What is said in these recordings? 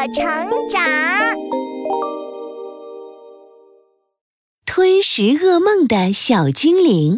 成长。 吞食噩梦的小精灵。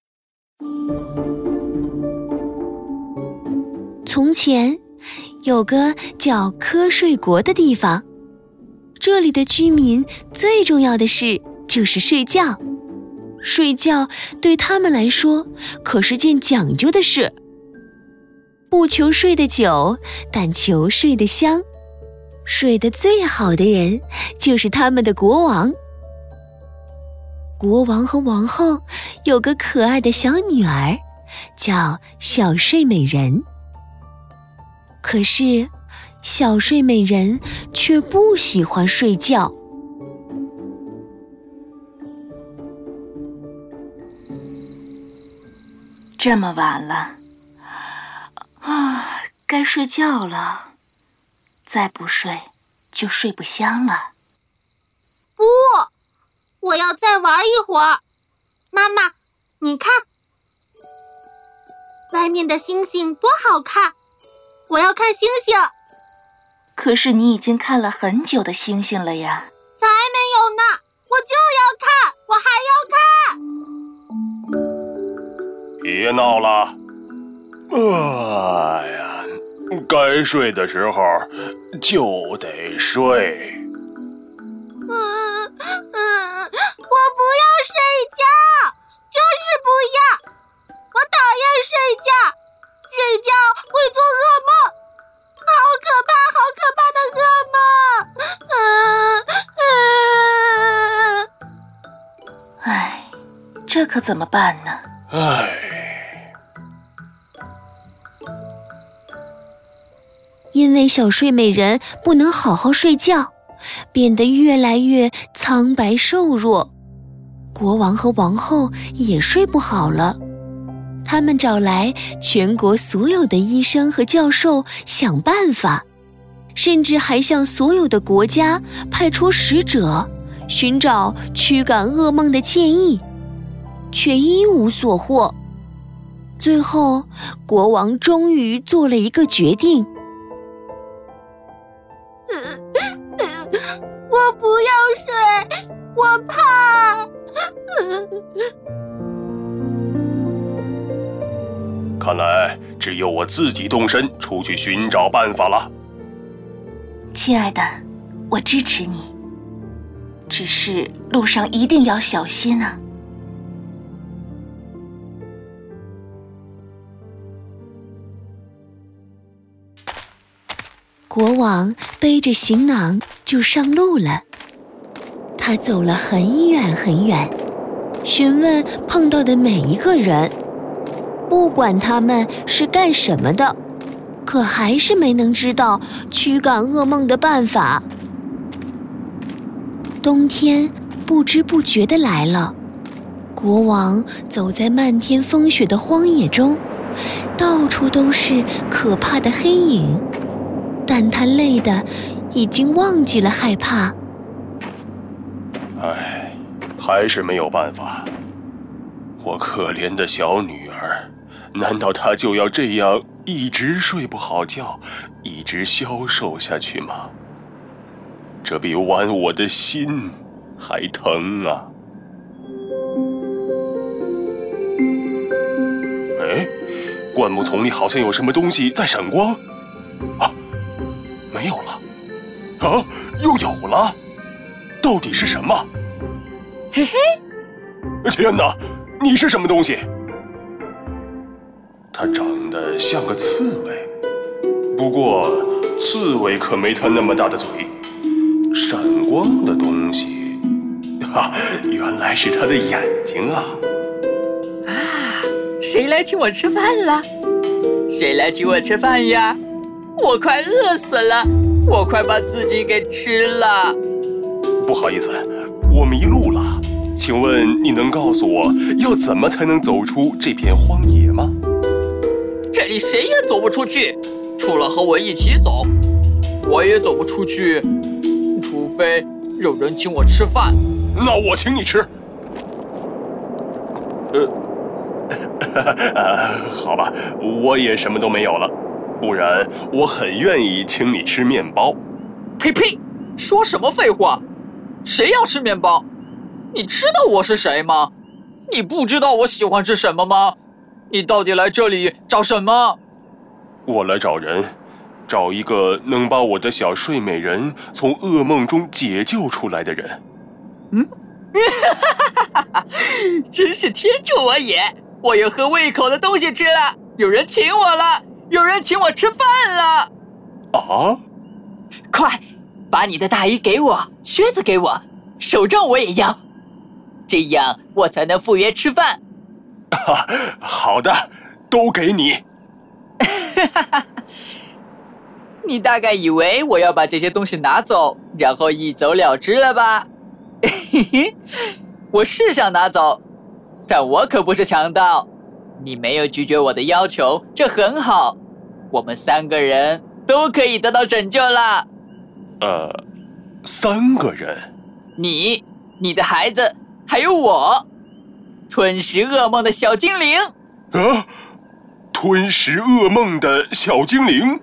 从前有个叫瞌睡国的地方，这里的居民最重要的事就是睡觉。睡觉对他们来说可是件讲究的事，不求睡得久，但求睡得香。睡得最好的人就是他们的国王。国王和王后有个可爱的小女儿，叫小睡美人。可是小睡美人却不喜欢睡觉。 这么晚了啊，该睡觉了。再不睡就睡不香了。 不，我要再玩一会儿。妈妈，你看，外面的星星多好看，我要看星星。 可是你已经看了很久的星星了呀。 才没有呢，我就要看，我还要看。 别闹了！哎呀，该睡的时候就得睡。 我不要睡觉，就是不要。我讨厌睡觉，睡觉会做噩梦，好可怕，好可怕的噩梦。 唉，这可怎么办呢？ 因为小睡美人不能好好睡觉，变得越来越苍白瘦弱。国王和王后也睡不好了，他们找来全国所有的医生和教授想办法，甚至还向所有的国家派出使者，寻找驱赶噩梦的建议，却一无所获。最后，国王终于做了一个决定。 我不要睡，我怕。 看来只有我自己动身出去寻找办法了。 亲爱的，我支持你，只是路上一定要小心啊。 国王背着行囊就上路了。他走了很远很远，询问碰到的每一个人，不管他们是干什么的，可还是没能知道驱赶噩梦的办法。冬天不知不觉地来了，国王走在漫天风雪的荒野中，到处都是可怕的黑影，但他累得已经忘记了害怕。 唉，还是没有办法。我可怜的小女儿，难道她就要这样一直睡不好觉，一直消瘦下去吗？这比剜我的心还疼啊！哎，灌木丛里好像有什么东西在闪光。啊，没有了。啊，又有了。到底是什么？ 嘿嘿！ 天哪，你是什么东西？它长得像个刺猬，不过刺猬可没它那么大的嘴。闪光的东西，原来是它的眼睛啊！ 谁来请我吃饭了？谁来请我吃饭呀？我快饿死了，我快把自己给吃了。 不好意思，我迷路了，请问你能告诉我要怎么才能走出这片荒野吗？ 这里谁也走不出去，除了和我一起走，我也走不出去，除非有人请我吃饭。 那我请你吃。好吧，我也什么都没有了，不然我很愿意请你吃面包。 呸呸！说什么废话？谁要吃面包？你知道我是谁吗？你不知道我喜欢吃什么吗？你到底来这里找什么？ 我来找人，找一个能把我的小睡美人从噩梦中解救出来的人。 真是天助我也！我有合胃口的东西吃了，有人请我了，有人请我吃饭了。 啊！ 快，把你的大衣给我，靴子给我，手杖我也要，这样我才能赴约吃饭。 好的，都给你。 你大概以为我要把这些东西拿走，然后一走了之了吧？我是想拿走，但我可不是强盗。你没有拒绝我的要求，这很好，我们3个人都可以得到拯救了。 3个人？ 你的孩子，还有我，吞食噩梦的小精灵。 啊！吞食噩梦的小精灵。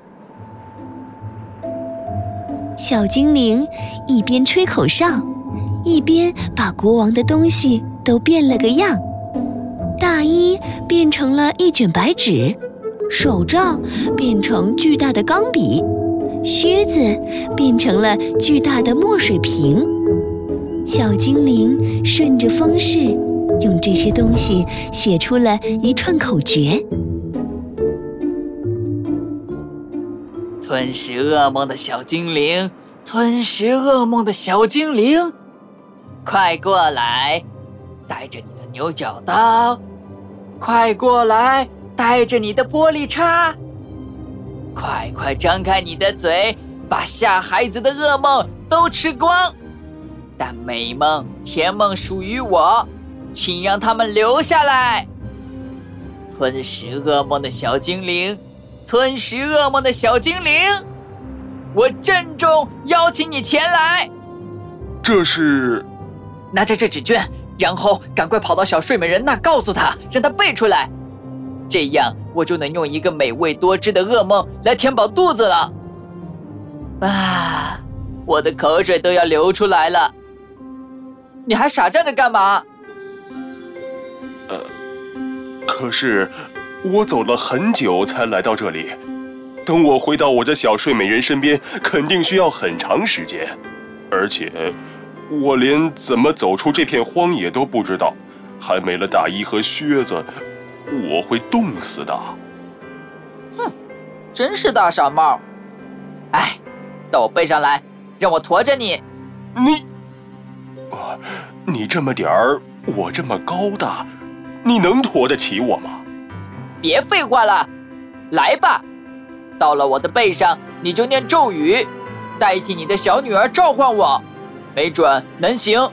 小精灵一边吹口哨，一边把国王的东西都变了个样。大衣变成了一卷白纸，手杖变成巨大的钢笔，靴子变成了巨大的墨水瓶。小精灵顺着风势，用这些东西写出了一串口诀： 吞食噩梦的小精灵，吞食噩梦的小精灵，快过来，带着你的牛角刀，快过来，带着你的玻璃叉，快快张开你的嘴，把吓孩子的噩梦都吃光。但美梦、甜梦属于我，请让他们留下来。吞食噩梦的小精灵，吞食噩梦的小精灵，我郑重邀请你前来。 这是？ 拿着这纸卷，然后赶快跑到小睡美人那，告诉她，让她背出来。这样我就能用一个美味多汁的噩梦来填饱肚子了。啊，我的口水都要流出来了。你还傻站着干嘛？ 可是我走了很久才来到这里，等我回到我的小睡美人身边，肯定需要很长时间，而且我连怎么走出这片荒野都不知道，还没了大衣和靴子，我会冻死的。 哼，真是大傻帽。哎，到我背上来，让我驮着你。 你这么点儿，我这么高大，你能驮得起我吗？ 别废话了，来吧。到了我的背上，你就念咒语，代替你的小女儿召唤我，没准能行。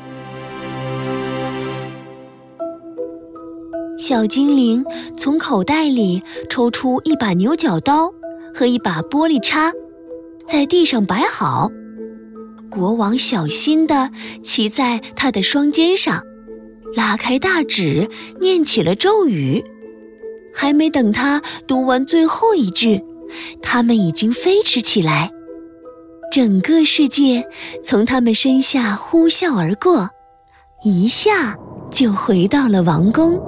小精灵从口袋里抽出一把牛角刀和一把玻璃叉，在地上摆好。国王小心地骑在他的双肩上，拉开大纸，念起了咒语。还没等他读完最后一句，他们已经飞驰起来，整个世界从他们身下呼啸而过，一下就回到了王宫。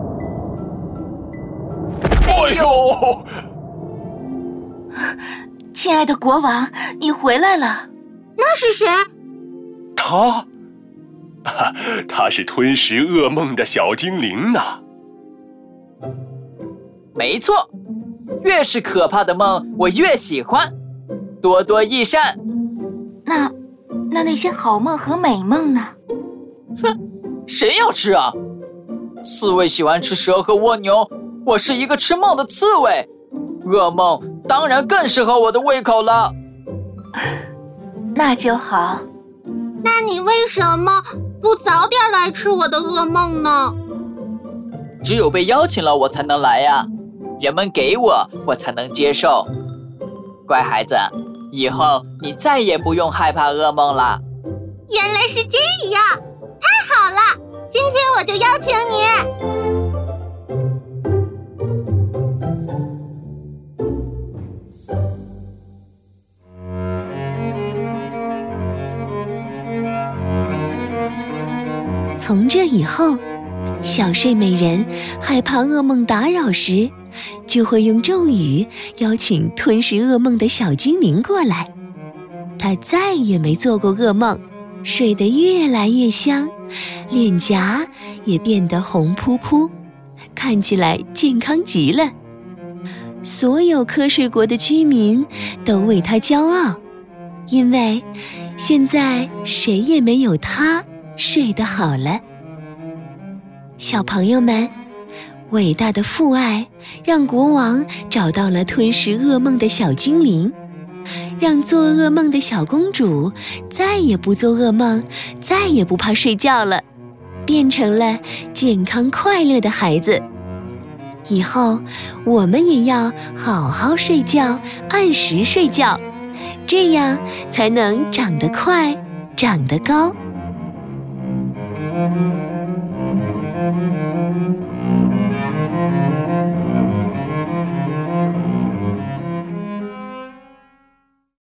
哎呦！ 亲爱的国王，你回来了。 那是谁？ 他是吞食噩梦的小精灵呢。 没错，越是可怕的梦，我越喜欢。多多益善。 那些好梦和美梦呢？ 哼，谁要吃啊？刺猬喜欢吃蛇和蜗牛，我是一个吃梦的刺猬，噩梦当然更适合我的胃口了。 那就好。 那你为什么不早点来吃我的噩梦呢？ 只有被邀请了我才能来呀，人们给我，我才能接受。乖孩子，以后你再也不用害怕噩梦了。 原来是这样，太好了，今天我就邀请你。 从这以后，小睡美人害怕噩梦打扰时，就会用咒语邀请吞噬噩梦的小精灵过来。她再也没做过噩梦，睡得越来越香，脸颊也变得红扑扑，看起来健康极了。所有瞌睡国的居民都为她骄傲，因为现在谁也没有她睡得好了。小朋友们，伟大的父爱让国王找到了吞噬噩梦的小精灵，让做噩梦的小公主再也不做噩梦，再也不怕睡觉了，变成了健康快乐的孩子。以后我们也要好好睡觉，按时睡觉，这样才能长得快，长得高。